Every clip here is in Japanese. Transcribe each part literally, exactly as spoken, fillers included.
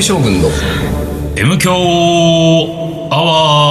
大将軍の M 強ア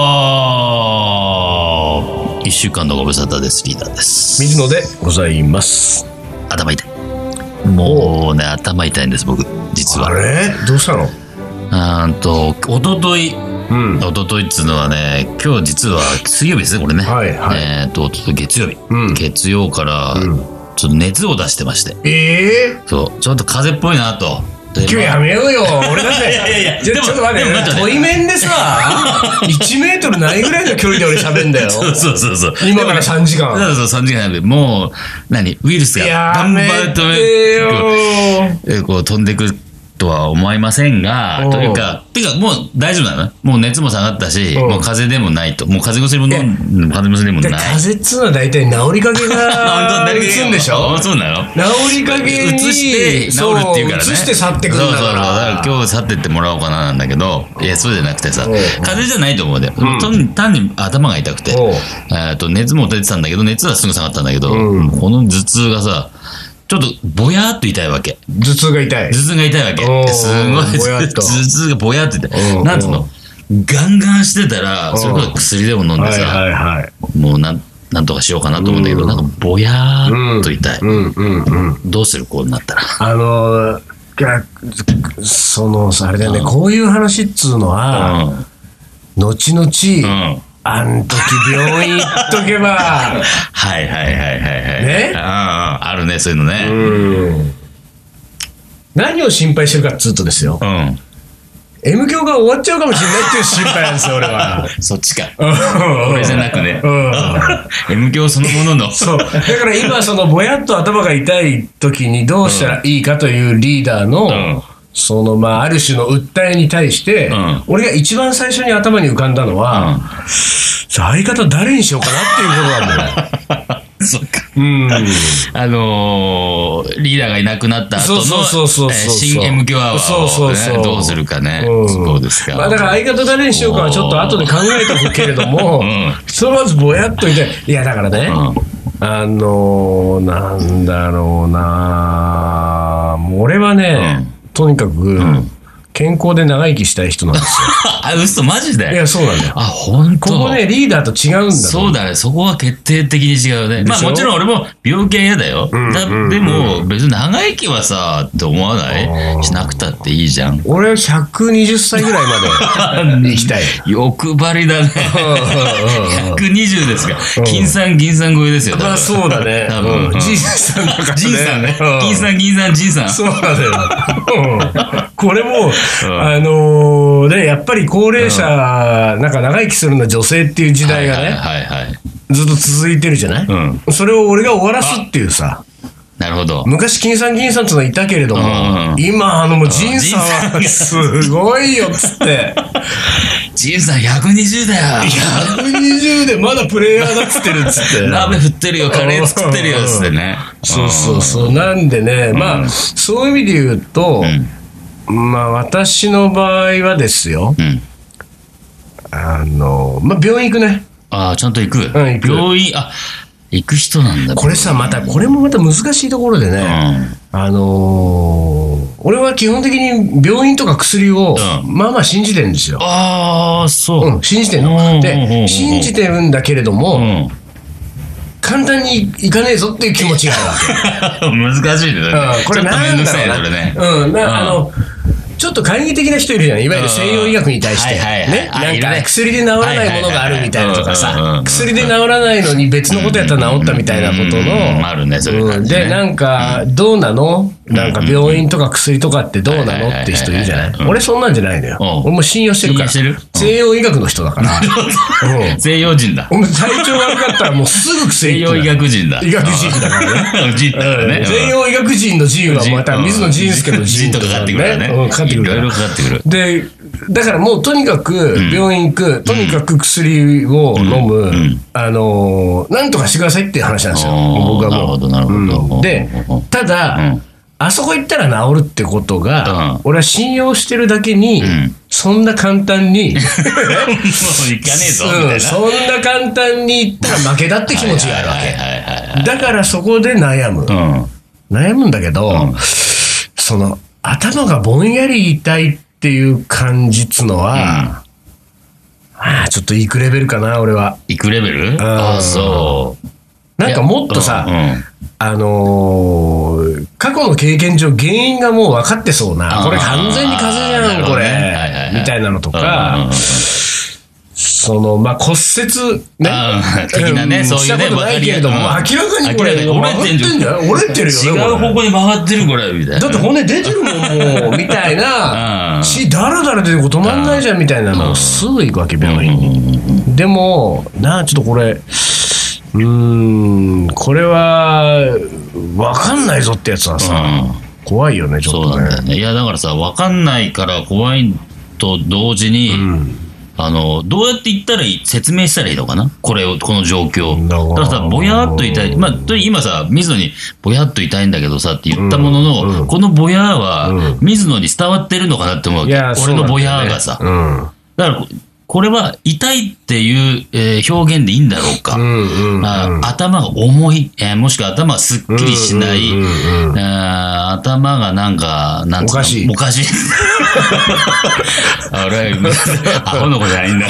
ワー。一週間のご無沙汰です。リーダーです。 水野でございます。 頭痛い。もうね、頭痛いんです僕実は。 あれどうしたの？ あーと一昨日うん、一昨日っつうのはね、今日実は水曜日ですねこれね。はいはい。えっと月曜日、うん、月曜からちょっと熱を出してまして。ええー。そうちょっと風邪っぽいなと。 今日やめようよ。俺だって。いやいやいや。ちょっと待って。対面でさ、いちメートルないぐらいの距離で俺喋んだよ。 そうそうそうそう。 今からさんじかん。 そうそうさんじかんでもう何ウイルスが頑張るとめこう飛んでくる。とは思いませんが、というか、ていうかもう大丈夫なの？もう熱も下がったし、もう風邪でもないと。もう風邪薬も飲ん、風邪薬もない。 風邪っつうのは大体治りかけが打つんでしょ？ そうなの？ 治りかけに移して治るっていうからね。 移して去ってくるんだから。そうそう。だから今日去ってってもらおうかななんだけど、いや、そうじゃなくてさ、風邪じゃないと思うよ。単に頭が痛くて、えっと熱も出てたんだけど、熱はすぐ下がったんだけど、この頭痛がさ、ちょっとぼやーっと痛いわけ。 頭痛が痛い。 頭痛が痛いわけ。すごい頭痛がぼやーっと痛い。なんつうのガンガンしてたら、それこそ薬でも飲んでさ、もうなん、なんとかしようかなと思うんだけど、なんかぼやーっと痛い。どうするこうなったら。 あのー、そのさ、あれだよね、こういう話っつうのは、後々、あん時病院行っとけばはいはいはいはいはいね、 ああるねそういうのね。 うん何を心配してるかっつうとですよ、うん、M 響が終わっちゃうかもしれないっていう心配なんですよ俺は。 そっちか俺じゃなくね、うん、M 響そのもののそうだから今そのぼやっと頭が痛い時にどうしたらいいかというリーダーの、うんそのまあある種の訴えに対して、うん、俺が一番最初に頭に浮かんだのは、うん、相方誰にしようかなっていうことなんだよ。 そっか。うん。あのー、リーダーがいなくなった後の新 M 響アワーを、ね、そうそうそうどうするかね。うん、そうですか。 まあだから相方誰にしようかはちょっと後で考えておくけれども、うん、そのまずぼやっといて、いやだからね、うん、あのー、なんだろうな、俺はね。うんとにかく、うん、健康で長生きしたい人なんですよ。 あ、嘘マジで？ いや、そうなんだよ。 あ、本当。 ここね、リーダーと違うんだ。 そうだね。そこは決定的に違うね。まあもちろん俺も病気は嫌だよ。うんだうんうん、でも、別に長生きはさ、って思わないしなくたっていいじゃん。 俺はひゃくにじゅっさいぐらいまで生きたい。 欲張りだね。ひゃくにじゅうですか。金さん銀さん超えですよ。 まあそうだね。多分。じいさんだからね。 じいさんね。金さん銀さんじいさん。 そうだね。これも、あのね、やっぱり高齢者、なんか長生きするのは女性っていう時代がね、ずっと続いてるじゃない、うん、それを俺が終わらすっていうさ。 なるほど。 昔金さん銀さんってのはいたけれども、うん、今あのもう仁さんはすごいよっつって。 仁さんひゃくにじゅうだよ。 ひゃくにじゅうでまだプレイヤーだっつってるっつって。 鍋振ってるよ、カレー作ってるよっつってね。 そうそうそう。なんでね、まあ、そういう意味で言うと、うん、まあ私の場合はですよ、うん、あの、まあ病院行くね。 ああ、ちゃんと行く。うん、行く。病院、あ、行く人なんだ。 これさ、また、これもまた難しいところでね、うん、あのー、俺は基本的に病院とか薬を、うん、まあまあ信じてるんですよ。 ああ、そう。 うん、信じてるの。で、信じてるんだけれども、うん、簡単にいかねえぞっていう気持ちがあるわけ。 難しいね。 うん、これなんだろうな。れね、うん、な、あの、ちょっと懐疑的な人いるじゃん。いわゆる西洋医学に対して。ね。なんか薬で治らないものがあるみたいなとかさ。薬で治らないのに別のことやったら治ったみたいなことの。 あるね、それ感じね。 で、なんか、どうなの？なんか病院とか薬とかってどうなのって人いるじゃない？俺そんなんじゃないのよ。俺も信用してるから。西洋医学の人だから。 西洋人だ。 体調悪かったらもうすぐ薬。 西洋医学人だ。 医学人だからね。西洋医学人の人はまた水野仁介の人とかかってくるね。 いろいろかかってくる。 で、だからもうとにかく病院行く、うん、とにかく薬を飲む、うんうん、あのー、なんとかしてくださいっていう話なんですよ。僕はもう。なるほど、なるほど。うん、で、ただ、うん、あそこ行ったら治るってことが、うん、俺は信用してるだけに、うん、そんな簡単に、もう行かねえぞみたいな、うん。 そんな簡単に行ったら負けだって気持ちがあるわけ。だからそこで悩む。うん、悩むんだけど、うん、その、頭がぼんやり痛いっっていう感じっつのは、うん、ああちょっといくレベルかな俺は。 いくレベル？ああそうなんかもっとさ、うん、あのー、過去の経験上原因がもう分かってそうな、これ完全に風邪じゃんこれ、ねはいはいはい、みたいなのとか、うんうんうん、そのまあ骨折ね的なね、うん、そういうねしたことないけれども、うん、明らかにこれ折れてんじゃん、折れてるよね、 違う方向に曲がってるこれみたいな、 だって骨出てるもんもうみたいな血だらだら出て止まんないじゃんみたいなのをすぐ行くわけ病院に。でもなちょっとこれうーんこれは分かんないぞってやつはさ、うん、怖いよねちょっとね。 そうなんだよね。いやだからさ分かんないから怖いと同時に、うん、あのどうやって言ったらいい説明したらいいのかなこれをこの状況だからさぼやっと痛い、まあ、今さ水野にぼやっと痛いんだけどさって言ったものの、うんうん、このぼやは水野に伝わってるのかなって思うわけ、うん、俺のぼやがさ、うん、だからこれは痛いっていう、えー、表現でいいんだろうか、うんうんうん、あ頭が重い、えー、もしくは頭がすっきりしない、うんうんうん、あ頭がなんかなんつうのおかしいおかしい俺はアホの子じゃないんだ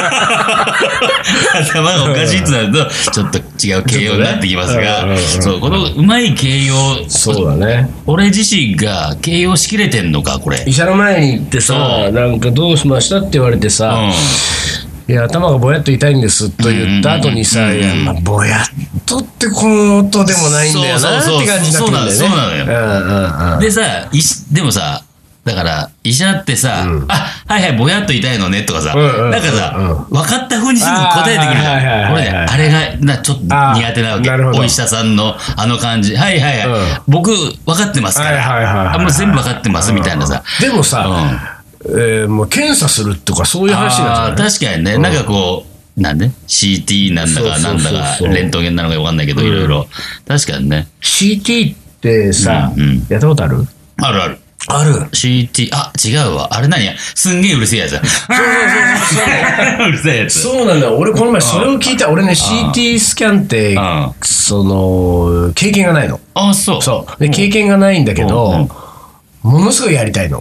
頭がおかしいってなるとちょっと違う形容になってきますが、ね、そうこのうまい形容そうだね俺自身が形容しきれてんのかこれ医者の前に行ってさなんかどうしましたって言われてさ、うんいや頭がぼやっと痛いんですと言った後にさ、いやまあぼやっとってこの音でもないんだよなって感じになってくるんだよね。 そうなのよ。うんうんうん、でさでもさだから医者ってさ、うん、あはいはいぼやっと痛いのねとかさ、うんうん、なんかさ、うん、分かった風にすぐ答えてくるじゃん。これねあれがなちょっと苦手なわけ。お医者さんのあの感じはいはいはい、うん、僕分かってますから、はいはいはいはい、もう全部分かってますみたいなさ。 でもさ。うんえー、もう検査するとかそういう話になっちゃう、ね、 確かにね、うん、なんかこうなんで シーティー なんだかなんだかレントゲンなのか分かんないけど、うん、いろいろ確かにねシーティー ってさ、うんうん、やったことあるあるあるあるシーティー あ違うわあれ何やすんげえうるせえやつだそうそうそうそううるせえやつそうなんだ俺この前それを聞いた俺ね シーティー スキャンってその経験がないのあそうそうで経験がないんだけどものすごいやりたいの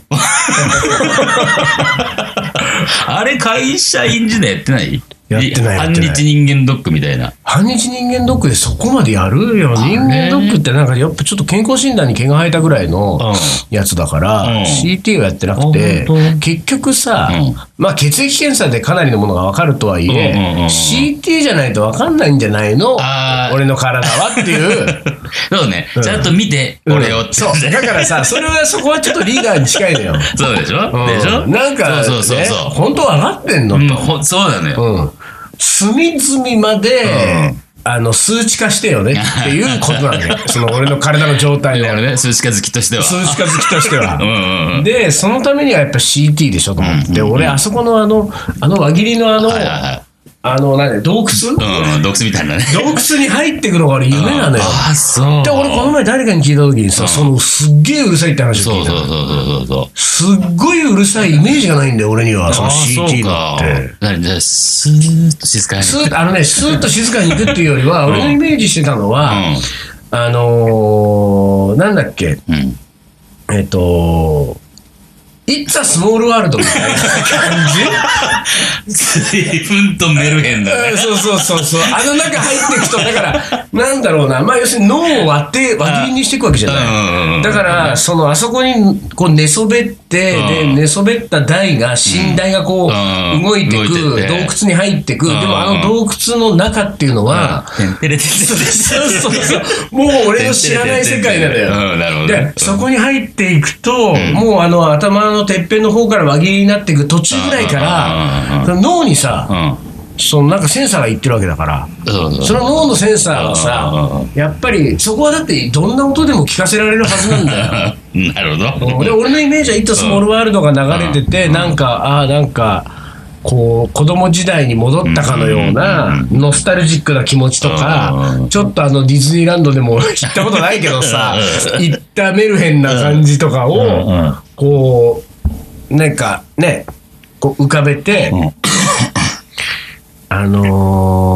あれ会社員時代やってないやってない半日人間ドックみたいな半日人間ドックでそこまでやるよ人間ドックってなんかやっぱちょっと健康診断に毛が生えたぐらいのやつだから、うん、シーティー をやってなくて、うん、結局さ、うん、まあ血液検査でかなりのものが分かるとはいえ、うんうんうん、シーティー じゃないと分かんないんじゃないの俺の体はっていうそうね、うん、ちゃんと見て俺をって、うん、 そうだからさそれはそこはちょっとリーダーに近いのよそうでしょ、 うん、 でしょなんか、ね、そうそうそうそう本当分かってんのと、 うん、そうだね、 うん隅々まで、うん、あの数値化してよねっていうことなんだよその俺の体の状態を、 ね、数値化好きとしては数値化好きとしてはうんうん、でそのためにはやっぱ シーティー でしょと思って、うんうんうん、俺あそこのあのあの輪切りのあの、はいはいはいあの、何洞窟、 うん、洞窟みたいなね。 洞窟に入ってくのが俺夢なのよ。 ああ、そう。 で、俺この前誰かに聞いた時にさ、うん、そのすっげえうるさいって話を聞いた。 そうそうそうそうすっごいうるさいイメージがないんだよ、俺には。その シーティー のって。 何じゃあ、スーッと静かに。 スーッと、あのね、スーッと静かに行くっていうよりは、俺のイメージしてたのは、うん、あのー、なんだっけ、うん、えっと、It's a small world みたいな感じ随分とメルヘンだね。 そうそうそうそう。あの中入っていくと、だから、なんだろうな、まあ要するに脳を割って、輪切りにしていくわけじゃない。だから、その、あそこにこう寝そべって、で、寝そべった台が、寝台がこう、動いていく、洞窟に入っていく。でもあの洞窟の中っていうのは、そうそうそう。もう俺の知らない世界なのよ。で、そこに入っていくと、もうあの頭のてっぺんの方から輪切りになっていく途中ぐらいから脳にさ、うん、そのなんかセンサーがいってるわけだから、うん、その脳のセンサーはさ、やっぱりそこはだってどんな音でも聞かせられるはずなんだよなるほど。 で俺のイメージは「イット・スモール・ワールド」が流れてて、うん、なんかああなんかこう子供時代に戻ったかのようなノスタルジックな気持ちとか、ちょっとあのディズニーランドでも行ったことないけどさ行ったメルヘンな感じとかをこうなんかねこう浮かべて、うん、あのー、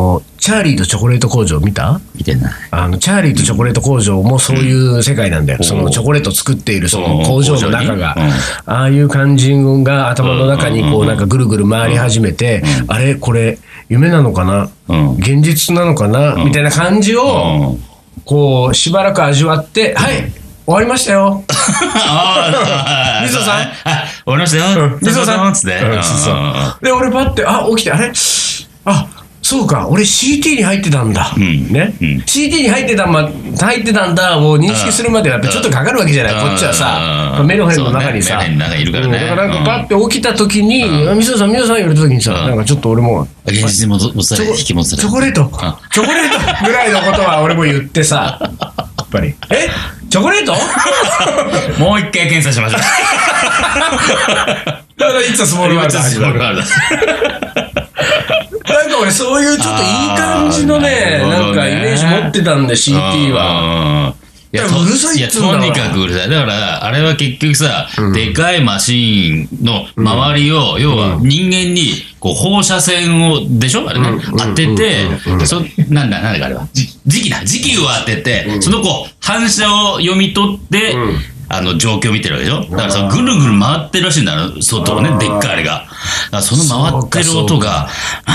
チャーリーとチョコレート工場見た？ 見てない。 あのチャーリーとチョコレート工場もそういう世界なんだよ、うん、そのチョコレート作っているその工場の中が、うん、ああいう感じが頭の中にこうなんかぐるぐる回り始めて、うん、あれこれ夢なのかな、うん、現実なのかな、うん、みたいな感じをこうしばらく味わって、うん、はい終わりましたよ。ああ、みそさん、 終わりましたよ。 みそさんつって。で、俺パッて、あ、起きて、あれあ、そうか、俺 シーティー に入ってたんだ。ね。シーティー に入ってたんだ、入ってたんだを認識するまではやっぱちょっとかかるわけじゃない。こっちはさ、メロヘンの中にさ。 メロヘンの中にいるからね。 だからなんかパッて起きた時に、みそさん、みそさん言われた時にさ、なんかちょっと俺も、 現実に戻され、引き戻され。 チョコレート、チョコレートぐらいのことは俺も言ってさ、やっぱり。えチョコレートもう一回検査しましょう。 だからいつはスモールワールド始まる。なんか俺そういうちょっといい感じのね、なんかイメージ持ってたんで シーティー は。 いや、うるさいっつうんだわ。いや、とにかくうるさい。だから、あれは結局さ、うん、でかいマシーンの周りを、うん、要は人間に、こう、放射線を、でしょあれね、うん、当てて、そ、なんだ、なんだかあれは。磁気だ。磁気を当てて、うん、そのこう、反射を読み取って、うん、あの、状況を見てるわけでしょだからその、ぐるぐる回ってるらしいんだよ、外をね、でっかいあれが。だからその回ってる音が、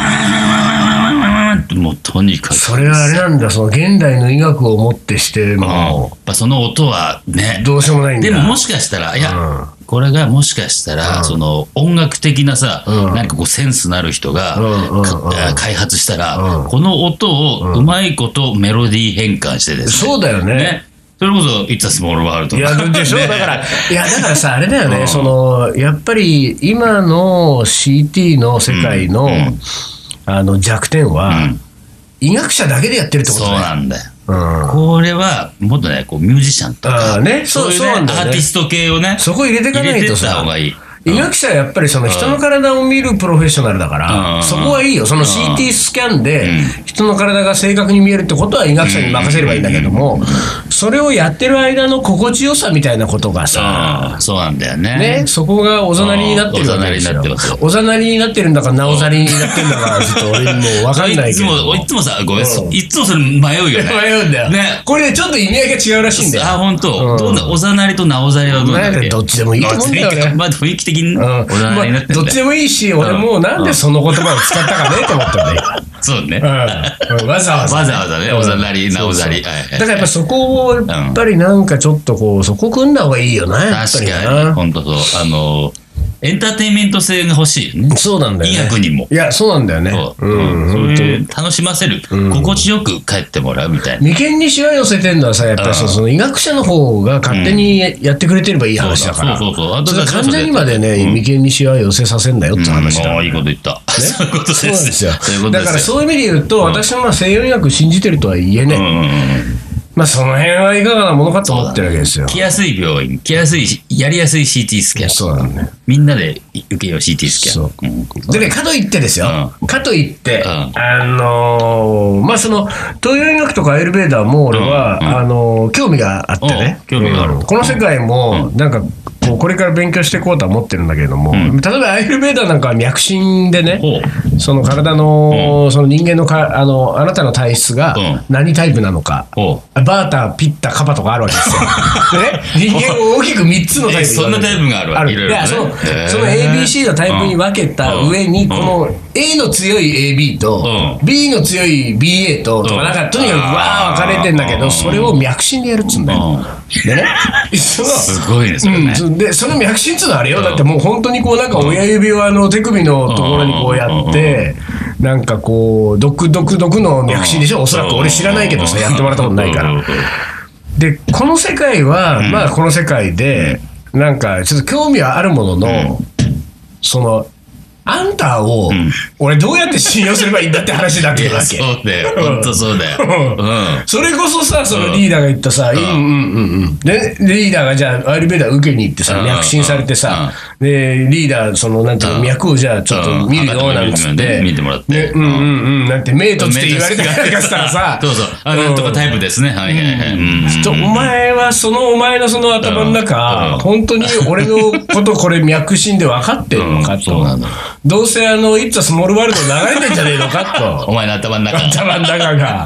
もうとにかく。 それはあれなんだ、その現代の医学をもってしても、 やっぱその音はね、 どうしようもないんだ。 でももしかしたら、いや、うん、これがもしかしたら、うん、その音楽的なさ、うん、なんかこうセンスのある人が、うん、開発したら、うん、この音をうまいことメロディー変換してですね。そうだよね。ね、 それこそ、It's a Small World いや、でしょ、ね、だから、いや、だからさ、あれだよね、うん、その、やっぱり今の シーティー の世界の、うん、あの弱点は、うん、医学者だけでやってるってことだよ。 そうなんだよ。うん、これはもっとね、こうミュージシャンとか、 ね、 そういうね、アーティスト系をね、 そこ入れていかないとさ、 入れてった方がいい。 医学者はやっぱりその人の体を見るプロフェッショナルだから、そこはいいよ。その シーティー スキャンで人の体が正確に見えるってことは医学者に任せればいいんだけども、それをやってる間の心地よさみたいなことがさ、 そうなんだよね。 ね、そこがおざなりになってるわけですよ。おざなりになってるんだかなおざりになってるんだかちょっと俺にもう分かんないけど。 いつもさ、ごめん、いつもそれ迷うよね。 迷うんだよ。ね、これねちょっと意味合いが違うらしいんだよ。 あ、本当。どんなおざなりとなおざりはどうなんだっけ。 どっちでもいいと思うんだよね。 まあ雰囲気的におざなり。 まあ、どっちでもいいし、俺もなんでその言葉を使ったかねと思ったんだよ。 そうね、 うん。わざわざ。 わざわざね、おざなり、なおざり。 だからやっぱそこを、やっぱりなんかちょっとこう、そこ組んだ方がいいよな、やっぱりな。 確かに、本当そう。あの、エンターテインメント性が欲しいよね。 そうなんだよね。 医学にも。 いや、そうなんだよね。 そう。うん。本当に楽しませる。心地よく帰ってもらうみたいな。 眉間にしわ寄せてるのはさ、やっぱりその医学者の方が勝手にやってくれてればいい話だから。 そうそうそう。患者にまでね、眉間にしわ寄せさせんだよって話だ。 ああ、いいこと言った。そういうことです。そうなんですよ。 だからそういう意味で言うと、私も西洋医学信じてるとは言えね。まあその辺はいかがなものかと思ってるわけですよ。 来やすい病院、来やすい、やりやすい シーティー スキャン。 そうなんね。 みんなで受けよう シーティー スキャン。そう。 うん、でね、かといってですよ。うん、かといって、うん、あのー、まあその、東洋医学とかアイルベーダーも俺は、うんうん、あのー、興味があってね。 興味がある。 この世界も、なんか、こうこれから勉強していこうとは思ってるんだけれども、うん、例えばアイルベーダーなんかは脈診でね、その体の、うん、その人間のかあのあなたの体質が何タイプなのか、うん、バータ、ピッタ、カパとかあるわけですよ。でね、人間を大きくみっつのタイプそんなタイプがあるわけ。いろいろね、 その、その エービーシー のタイプに分けた上に、この A の強い エービー と B の強い ビーエー ととかなんかとにかくわー分かれてんだけど、それを脈診でやるっつうんだよ。でね、 すごいですよね。 でその脈診っていうのはあれよ、だってもう本当にこうなんか親指をあの手首のところにこうやってなんかこう毒毒毒の脈診でしょ、おそらく俺知らないけどさ、やってもらったことないから。でこの世界はまあこの世界でなんかちょっと興味はあるものの、そのあんたを俺どうやって信用すればいいんだって話になってるわけ。 そうだよ、本当そうだよ。 それこそさ、そのリーダーが言ったさ、うんうんうんうんでリーダーがじゃあアイルベーダー受けに行ってさ、脈診されてさ、でリーダーそのなんていうの脈をじゃあちょっと見るよなんつって見てもらって、 うんうんうんなんてメイトって言われたりしたらさ、 そうそう、あなんとかタイプですね、はいはいはい。 お前はそのお前のその頭の中本当に俺のことこれ脈診で分かってるのかと。どうせあの、It's a Small ルワルド流れてんじゃねえのかと。 お前の頭の中頭の中が。うん、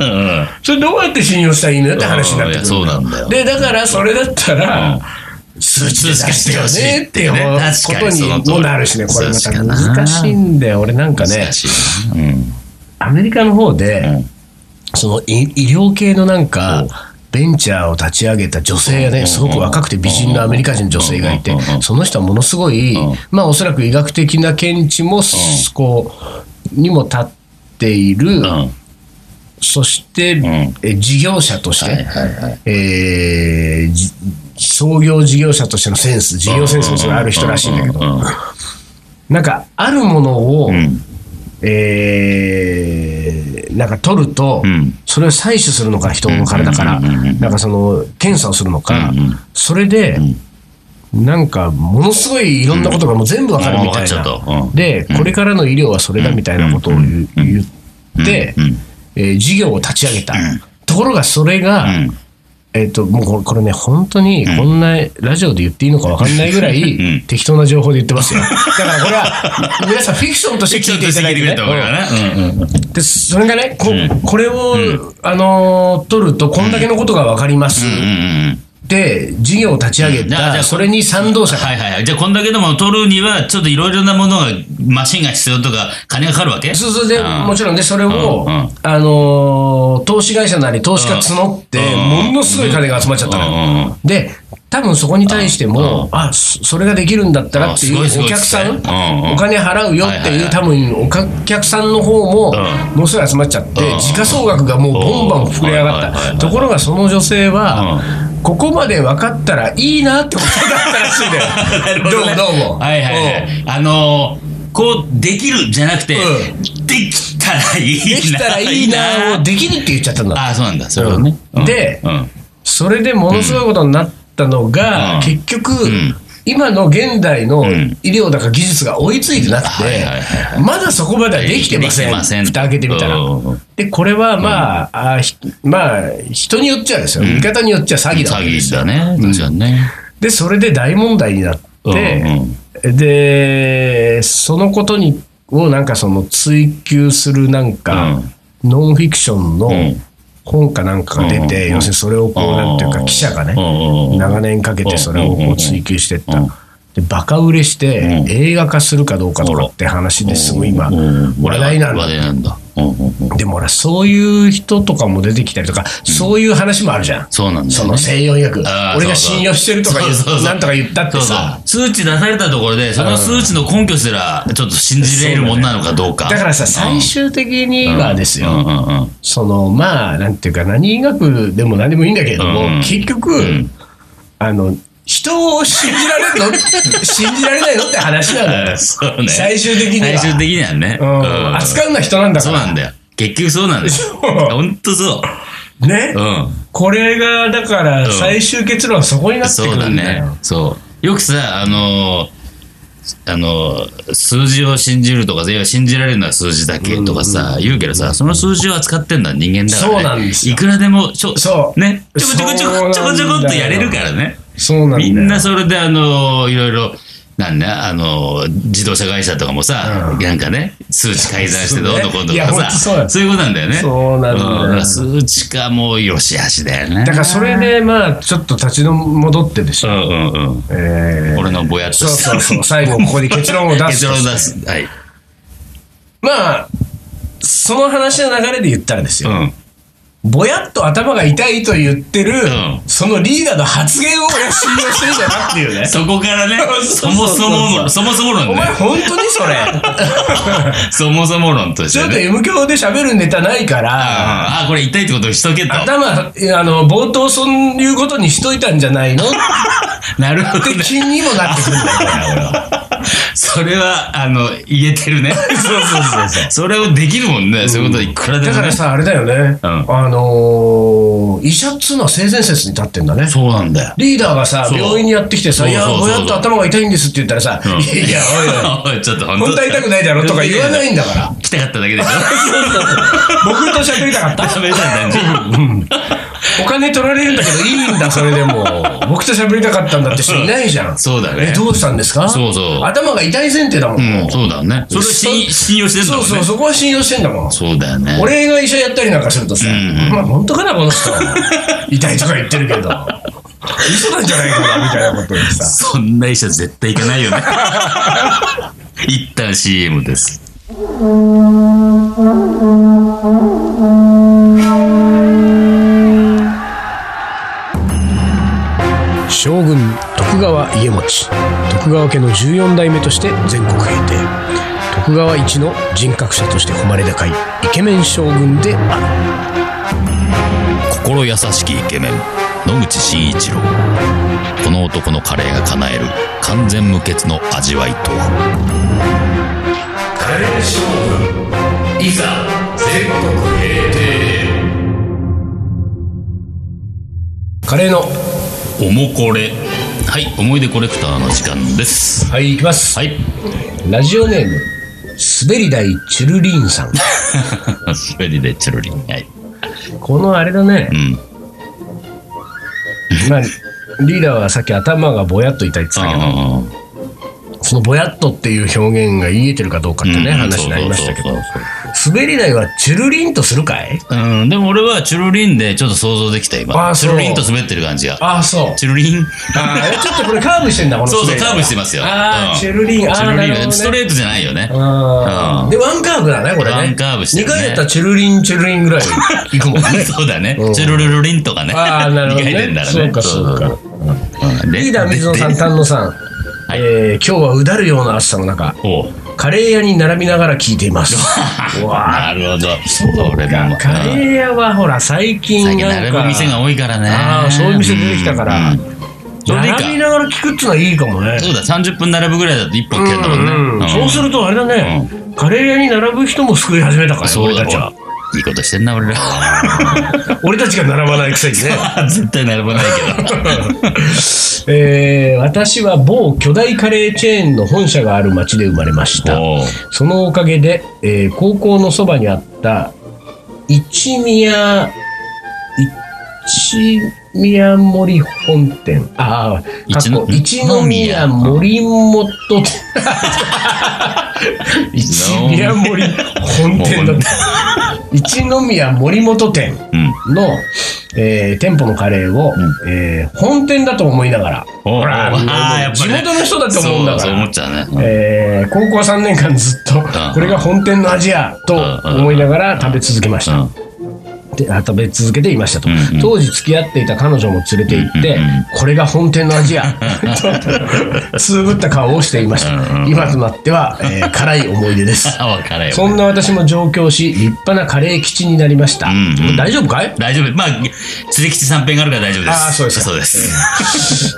それどうやって信用したらいいのって話になってくる。 そうなんだよ。 で、だからそれだったら、うん数値で出してほしいっていうことにもなるしね、これまた難しいんだよ。俺なんかね、うん、アメリカの方で、うん、その医療系のなんか、ベンチャーを立ち上げた女性がね、すごく若くて美人のアメリカ人女性がいて、その人はものすごい、まあおそらく医学的な見地も、こう、にも立っている、そして、え事業者として、えー創業事業者としてのセンス、事業センスもそれある人らしいんだけど、なんかあるものを、うん、えー、なんか取ると、うん、それを採取するのか、人の体から、なんかその検査をするのか、うん、それで、うん、なんかものすごいいろんなことがもう全部わかるみたいな、うん、で、これからの医療はそれだみたいなことを言って、えー、事業を立ち上げた。ところがそれが、うんえっと、もうこれね、本当にこんなラジオで言っていいのか分かんないぐらい適当な情報で言ってますよ。だからこれは皆さんフィクションとして聞いていただいてね。で、それがね、こ, これを、あのー、取るとこんだけのことが分かります。で、事業を立ち上げた、それに賛同者が。 はいはいはい。じゃあ、こんだけでも取るには、ちょっといろいろなものが、マシンが必要とか、金がかかるわけ？ そうそうで、もちろんで、それを、あの、投資会社なり、投資家募って、ものすごい金が集まっちゃったの。で、多分そこに対しても、あ、それができるんだったらっていうお客さん、お金払うよっていう、多分お客さんの方も、ものすごい集まっちゃって、時価総額がもうボンバン膨れ上がった。ところが、その女性は、ここまで分かったらいいなってことだったらしいんだよ。どうもどうも。 はいはいはい。あのー、こう、できるじゃなくて、うん、できたらいいな。 できたらいいなをできるって言っちゃったんだ。 ああ、そうなんだ。それはね。 うん、で、うん、それでものすごいことになったのが、うん、結局、うん今の現代の医療だか技術が追いついてなくて、まだそこまではできてません。蓋開けてみたら。で、これはまあ、あまあ、人によっちゃですよ。見方によっちゃ詐欺だわけですよ。 詐欺だね。確かにね。 で、それで大問題になって、で、そのことにをなんかその追求するなんか、ノンフィクションの本かなんかが出て、要するにそれをこうなんていうか記者がね長年かけてそれをこう追求していったでバカ売れして映画化するかどうかとかって話ですごい今話題なんだ。でも俺そういう人とかも出てきたりとか、そういう話もあるじゃん。 そうなんだよね。 その西洋薬俺が信用してるとかなんとか言ったってさ、 数値出されたところでその数値の根拠すらちょっと信じられるものなのかどうか。 だからさ、最終的にはですよ、そのまあなんていうか何医学でも何でもいいんだけれども、結局あの人を信じられるの信じられないのって話なんだよ。そうね。最終的には。 最終的にはね。 うん。扱うのは人なんだから。 そうなんだよ。結局そうなんですよ。ほんとそう。 ね。うん。これが、だから、最終結論はそこになってくるんだよ。そうだね。 そう。よくさ、あの、あの、数字を信じるとか、いや信じられるのは数字だけとかさ、言うけどさ、その数字を扱ってんのは人間だからね。そうなんですよ。いくらでも、ちょ、そう。ね。ちょこちょこちょこちょこちょこっとやれるからね。 そうなんだよ。 みんなそれであのいろいろなんだあの自動車会社とかもさ、うん、なんかね数値改ざんしてどうのこうのとかさ、そういうことなんだよね。 そうなんだよ、 うん、数値化もよしあしだよね。 だからそれでまあちょっと立ち戻ってでしょ、うんうんうんえー、俺のぼやっとしたそうそうそう最後ここに結論を出す結論を出す。はい。 まあその話の流れで言ったらですよ、うんぼやっと頭が痛いと言ってる、うん、そのリーダーの発言を俺は信用してるんじゃなっていうね。 そこからね、そもそも、そもそも論ね。 お前本当にそれそもそも論として、ね。 ちょっと M 響で喋るネタないから。 ああ、これ痛いってことにしとけと。 頭、あの、冒頭そういうことにしといたんじゃないのなるほど、ね。 って気にもなってくるんだよ、俺は。 それは、あの、言えてるね。 そうそうそうそう。 それをできるもんね、うん、そういうこといくらでも、ね。 だからさ、あれだよね。うん、あのー、医者っつうのは性善説に立ってんだね。 そうなんだよ。 リーダーがさ、病院にやってきてさ、いや、ぼやっと頭が痛いんですって言ったらさ、うん、いやいや、おいおい、おいちょっと本当は痛くないだろとか言わないんだから。 きたかっただけでしょ。 僕と喋りたかった喋りたかったんで、うん、 お金取られるんだけどいいんだ、それでも僕と喋りたかったんだって人いないじゃん。 そうだね。 え、どうしたんですか。 そうそう、 頭が痛い前提だもん、 うん、そうだね。それ信信用してんだもんね。 そうそう、そこは信用してんだもん。 そうだよね。 俺が医者やったりなんかするとさ、うんうん、まあ本当かなこの人痛いとか言ってるけど嘘なんじゃないかなみたいなことでさ、 そんな医者絶対行かないよね。一旦 シーエム です。 将軍徳川家茂、徳川家のじゅうよん代目として全国平定、徳川一の人格者として誉れ高いイケメン将軍である。心優しきイケメン野口真一郎。この男のカレーが叶える完全無欠の味わいとは。 カレー将軍いざ全国平定。カレーのおもこれ。はい、思い出コレクターの時間です。 はい、行きます。 はい。 ラジオネーム滑り台チュルリンさん。 滑り台チュルリン。はい。 このあれだね。 うん。 まあリーダーはさっき頭がぼやっと痛いって言ってたけど、そのぼやっとっていう表現が言えてるかどうかってね、うん、話になりましたけど、滑り台はチュルリンとするかい？ うん、でも俺はチュルリンでちょっと想像できた今。あ、チュルリンと滑ってる感じが。 ああ、そう。 チュルリン。 ああ、ちょっとこれカーブしてんだ、このそうそう、カーブしてますよ。 ああ、うん、チュルリン。ああ、なるほどね。 ストレートじゃないよね。 あうん、で、ワンカーブだね、これね。 ワンカーブしてる、ね。 にかいやったらチュルリン、チュルリンぐらいいくもんね。 そうだね。うん、チュルルルリンとかね。 ああ、なるほどね。にかいでんだらね。そうか、そうか。うん、リーダー水野さん、丹野さん。はい、えー、今日はうだるような暑さの中、カレー屋に並びながら聞いています。 なるほど。 そうか、カレー屋はほら最近なんか並ぶ店が多いからね。 ああ、そういう店出てきたから、うん、並びながら聞くってのはいいかもね。 そうだ、さんじゅっぷん並ぶぐらいだといっぽん聞けるんだもんね、 うんうん、そうするとあれだね、うん、カレー屋に並ぶ人も救い始めたからね。 そうだ、俺たちは。いいことしてんな、俺ら。 俺たちが並ばないくせにね。 絶対並ばないけど。 えー、私は某巨大カレーチェーンの本社がある町で生まれました。そのおかげで、えー、高校のそばにあった一宮一宮森本店、ああ、一宮森本店一宮森本店だった一宮森本店の、うんえー、店舗のカレーを、うんえー、本店だと思いながら、ほら地元の人だと思うんだから、 そう思っちゃうね、うんえー、高校さんねんかんずっとこれが本店の味やと思いながら食べ続けました。で食べ続けていましたと、うんうん、当時付き合っていた彼女も連れて行って、うんうんうん、これが本店の味やとつぶった顔をしていました、うんうん、今となっては、えー、辛い思い出ですそんな私も上京し立派なカレー基地になりました、うんうん、大丈夫かい？ 大丈夫、まあ釣り基地三辺があるから大丈夫です。 あ、そうですか。 そうです、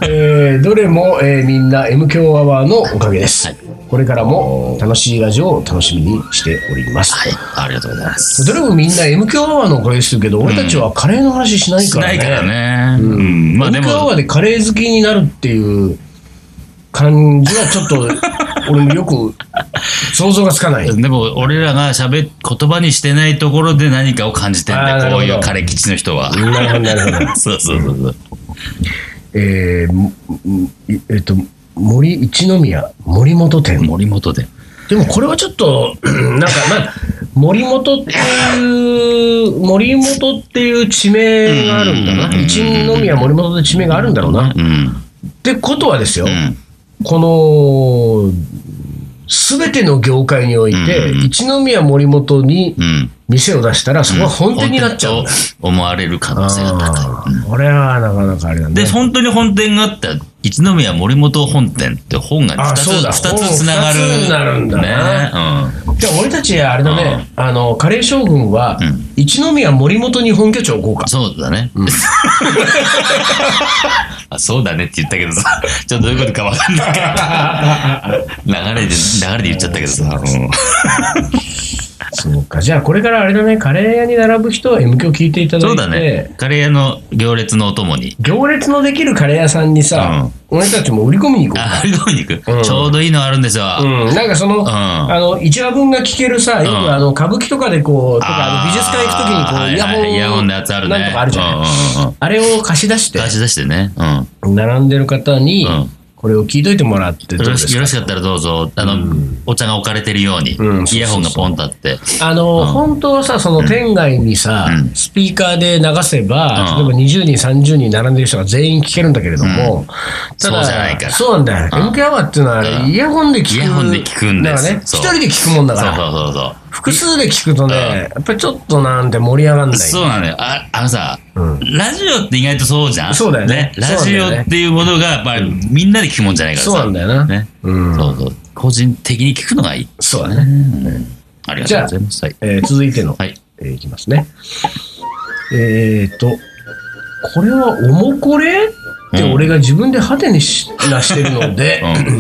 えー、どれも、えー、みんな エム 強アワーのおかげです、はい、これからも楽しいラジオを楽しみにしております。 はい、ありがとうございます。 どれもみんな エム 強アワーのおかげですけど、俺たちはカレーの話しないからね。 しないからね。うん。 まあでも エム 強アワーでカレー好きになるっていう感じはちょっと俺もよく想像がつかない。 でも俺らが喋っ言葉にしてないところで何かを感じてんだよ、こういうカレー基地の人は。 なるほどなるほど。 そうそうそうそう。 えー、えっと森一宮森本店。 森本店。 でもこれはちょっとなんかまあ森本っていう森本っていう地名があるんだな。一宮森本で地名があるんだろうな。うん、ってことはですよ。うん、このすべての業界において、うん、一宮森本に店を出したらそこは本店になっちゃうんだ、 うん、思われる可能性が高い、うん、 これはなかなかあれだね。 で本当に本店があった一宮森本本店って本がふたつつながる。 ふたつになるんだね、うん、じゃあ俺たちあれだね、うん、あのカレー将軍は、うん、一宮森本に本拠地を置こうか。 そうだね、うん、あそうだねって言ったけどさちょっとどういうことか分かんないから流れで流れで言っちゃったけどさ、うん、 そうか。じゃあこれからあれだね、カレー屋に並ぶ人は M 響聞いていただいて。 そうだね。カレー屋の行列のお供に。 行列のできるカレー屋さんにさ、うん、俺たちも売り込みに行こう。 あ、売り込みに行く、うん、ちょうどいいのあるんですよ。 うん。なんかその、うん、あの、いちわぶんが聞けるさ、よくあの、歌舞伎とかでこう、とか、あの美術館行くときにこう、イヤホン、 イヤホンのやつあるね。 なんとかあるじゃない。うんうんうん、あれを貸し出して。 貸し出してね。 うん。並んでる方に、うんこれを聞いといてもらってどうですか。 よろしかったらどうぞ、あの、うん、お茶が置かれてるように、うん、イヤホンがポンとあって。 あの、うん、本当はさ、その店外にさ、うん、スピーカーで流せば、うん、例えばにじゅうにん、さんじゅうにん並んでる人が全員聞けるんだけれども、うん、 ただ、そうじゃないから。 そうなんだよ。エムケー アワーっていうのは、イヤホンで聞く。 イヤホンで聞くんです。 だからね、一人で聞くもんだから。 そうそうそうそう。 複数で聞くとね、やっぱりちょっとなんて盛り上がんない。 そうなんだよ。あ、あのさ、うん、ラジオって意外とそうじゃん。 そうだよね。 ラジオっていうものが、やっぱりみんなで聞くもんじゃないからさ。 そうなんだよな。ね。 うん。そうそう。個人的に聞くのがいい。 そうだね。うん、 ありがとうございます。 じゃあ、えー、続いての、はい、えー、いきますね。えーと、これはおもこれって俺が自分でハテにしなしてるので、うん、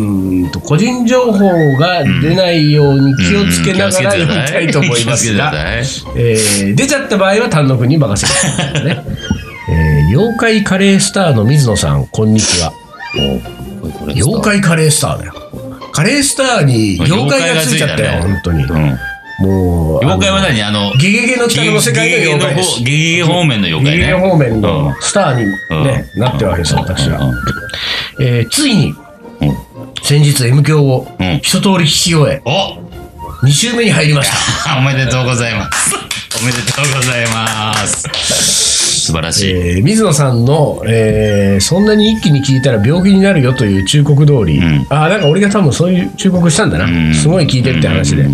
うんと個人情報が出ないように気をつけながら読みたいと思いますが、えー、出ちゃった場合は丹野くんに任せてくださいね。えー、妖怪カレースターの水野さん、こんにちは。妖怪カレースターだよ。カレースターに妖怪がついちゃったよ、本当に。うんもう妖怪は何あのゲゲゲの北の世界の妖怪です。 ゲゲゲ方面の妖怪ね。 ゲゲゲ方面のスターに、ねうん、なってるわけです私は、うんえー。ついに、うん、先日 M 響を一通り聞き終え、うん、に週目に入りました。 おめでとうございます。おめでとうございます。素晴らしい。 えー、水野さんの、えー、そんなに一気に聞いたら病気になるよという忠告通り、うん、ああなんか俺が多分そういう忠告したんだな、うん、すごい聞いてって話で、うん、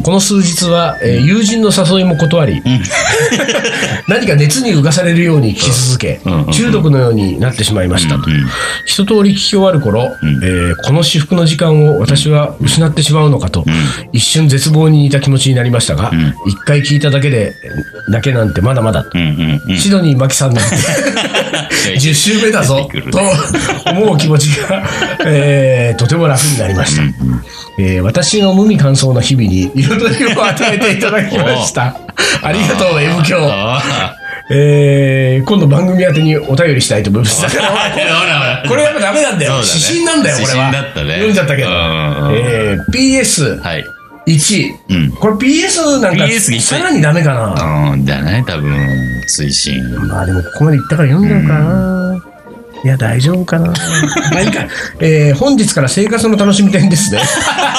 この数日は、えー、友人の誘いも断り、うん、何か熱に浮かされるように聞き続け、うん、中毒のようになってしまいましたと、うん、一通り聞き終わる頃、うんえー、この至福の時間を私は失ってしまうのかと、うん、一瞬絶望に似た気持ちになりましたが、一、うん、回聞いただけでだけなんてまだまだ、うんうんうん、シドニーマキさんなんてじゅっ週目だぞと思う気持ちが、えー、とても楽になりました、うんうんえー、私の無味乾燥な日々に彩りを与えていただきましたありがとう M 響えー、今度番組宛てにお便りしたいと思いますだからこれやっぱダメなんだよ、ね、指針なんだよこれは指針だった、ね、 読んじゃったけど、えー、ピーエス、はいいち、うん、これ ピーエス なんかさらにダメかな。 うんじゃない多分推進。 まあでもここまでいったから読んじゃうかな、うん、いや大丈夫かなまあいいか、えー、本日から生活の楽しみ店ですね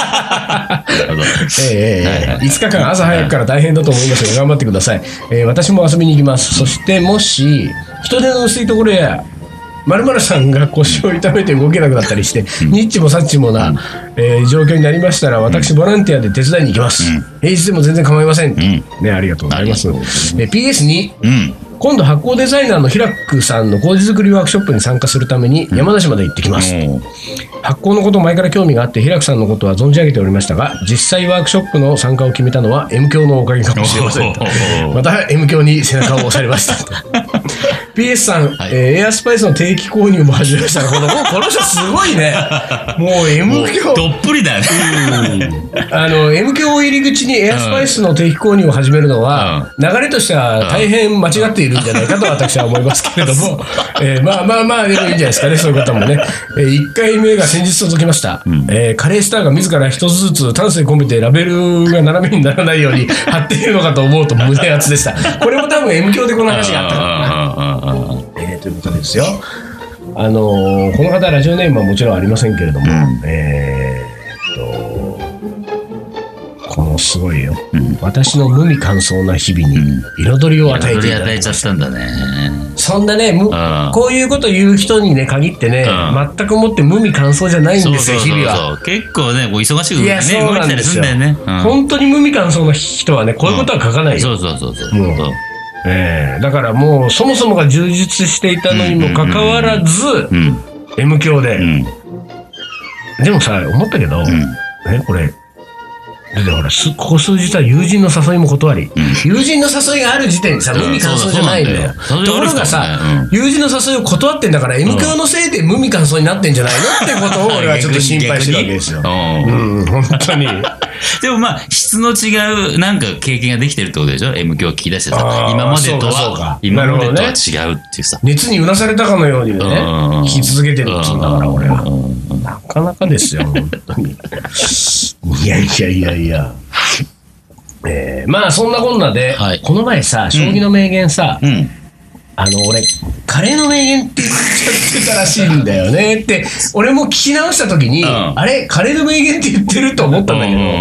えーはいはい、いつかかん朝早くから大変だと思いますが頑張ってください、えー、私も遊びに行きます。そしてもし人手の薄いところや〇〇さんが腰を痛めて動けなくなったりして、うん、ニッチもサッチもな、うんえー、状況になりましたら私ボランティアで手伝いに行きます、うん、平日でも全然構いません、うんね、ありがとうございます、えー、ピーエスに、うん、今度発酵デザイナーの平久さんの麹作りワークショップに参加するために山梨まで行ってきます、うん、発酵のこと前から興味があって平久さんのことは存じ上げておりましたが実際ワークショップの参加を決めたのは M 響のおかげかもしれませんまた M 響に背中を押されましたピーエス さん、はいえー、エアスパイスの定期購入も始めましたが、このこの人すごいね。もう M 響どっぷりだよね。 うん、あの M 響入り口にエアスパイスの定期購入を始めるのは、うん、流れとしては大変間違っているんじゃないかと私は思いますけれども、えー、まあまあまあでもいいんじゃないですかね、そういう方もね。えー、いっかいめが先日届きました、うんえー。カレースターが自ら一つずつ丹精込めてラベルが斜めにならないように貼っているのかと思うと胸熱でした。これも多分 M 響でこの話があったからな。えー、ということですよ。あのー、この方ラジオネームはもちろんありませんけれども、うん、えー、とこのすごいよ、うん、私の無味乾燥な日々に彩りを与えていただきました。彩り与えちゃったんだね。そんなね、むこういうこと言う人にね限ってね、全くもって無味乾燥じゃないんですよ。日々は結構ねこう忙しくね動いたりするんだよね、うん、本当に無味乾燥な人はねこういうことは書かないよ、うん、そうそうそうそう、うんえー、だからもうそもそもが充実していたのにもかかわらず、うん、M 響で、うん、でもさ思ったけど、うん、ねこれでほらここ数日は友人の誘いも断り、うん、友人の誘いがある時点でさ無味乾燥じゃないんだよ。ところがさ、うん、友人の誘いを断ってんだから M 響のせいで無味乾燥になってんじゃないのってことを俺はちょっと心配してるわけですよ。うん、本当に。 でもまあ質の違うなんか経験ができてるってことでしょ。 M 響を聞き出してさ、今までとは今までとは違うっていうさ、 熱にうなされたかのようにね聞き続けてるっつうんだから俺は。なかなかですよ本当に。いやいやいやいや、えー、まあそんなこんなで、はい、この前さ将棋の名言さ、うんうん、あの俺カレーの名言って言っちゃってたらしいんだよねって俺も聞き直した時に、うん、あれカレーの名言って言ってると思ったんだけど、うん、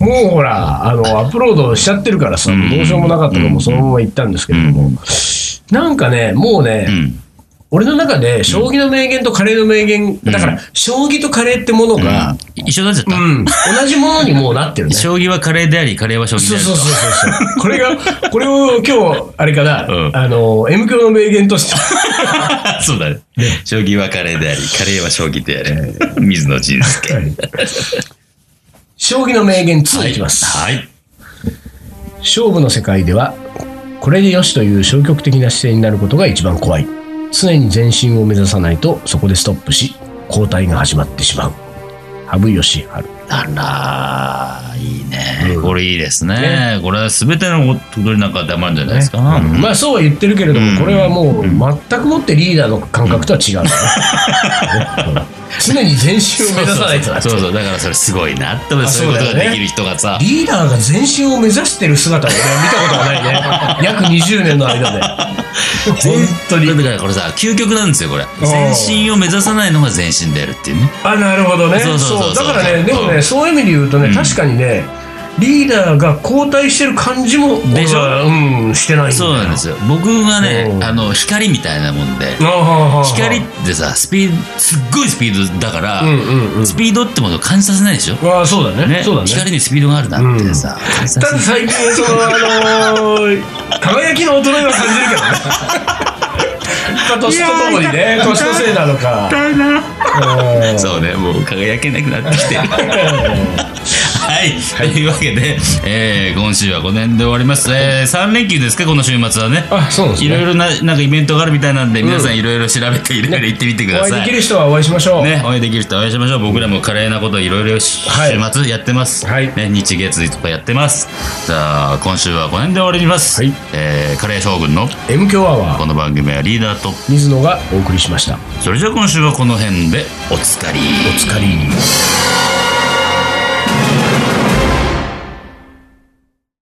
もうほらあのアップロードしちゃってるからさ、うん、どうしようもなかったからもうそのまま言ったんですけれども、うん、なんかねもうね、うん俺の中で将棋の名言とカレーの名言、だから将棋とカレーってものが、うん、 一緒になっちゃった、 うん、同じものにもうなってるね。 将棋はカレーでありカレーは将棋であると。 そうそうそうそうこれがこれを今日あれかな、うん、あの M 響の名言としてそうだね。将棋はカレーでありカレーは将棋である水野仁介、はい、 将棋の名言にいきます、 はいはい、 勝負の世界ではこれでよしという消極的な姿勢になることが一番怖い。常に前進を目指さないとそこでストップし後退が始まってしまう。羽生善治。 あらいいね、うん、これいいですね。ねこれは全てのことになんか当てはまるんじゃないですか、ねうん、まあそうは言ってるけれども、うん、これはもう全くもってリーダーの感覚とは違う、うんね、常に前進を目指さないとなって。 そうそうだからそれすごいなってそういうことができる人がさ、 ね、リーダーが前進を目指してる姿を俺は見たことがないね約にじゅうねんの間で本当に。 だからこれさ究極なんですよこれ。前進を目指さないのが前進であるっていうね。 あなるほどね。そうそうそうそうだからねでもねそういう意味で言うとね、うん、確かにねリーダーが交代してる感じもでしょ、 うん、してないんだよ。 そうなんですよ。僕がね、あの光みたいなもんで、光ってさスピードすっごいスピードだから、うんうんうん、スピードってものを感じさせないでしょ。 あそうだね、ね、そうだね。 光にスピードがあるなってさ、うん、 感じさせない。ただ最近そのあのー、輝きの衰えは感じるけどね年とともにね年のせいなのかそうねもう輝けなくなってきてるはい、はい、というわけで、えー、今週はこの辺で終わります、えー、さん連休ですかこの週末はね。 あそうですね。 いろいろな、なんかイベントがあるみたいなんで、うん、皆さんいろいろ調べていろいろ行ってみてください、 ね、お会いできる人はお会いしましょうね。お会いできる人はお会いしましょう。僕らも華麗なこといろいろ週末やってます、はいね、日月とかやってます。じゃあ今週はこの辺で終わります、はいえー、カレー将軍の M 強アワー。 この番組はリーダーと水野がお送りしました。 それじゃあ今週はこの辺でおつかりおつかり。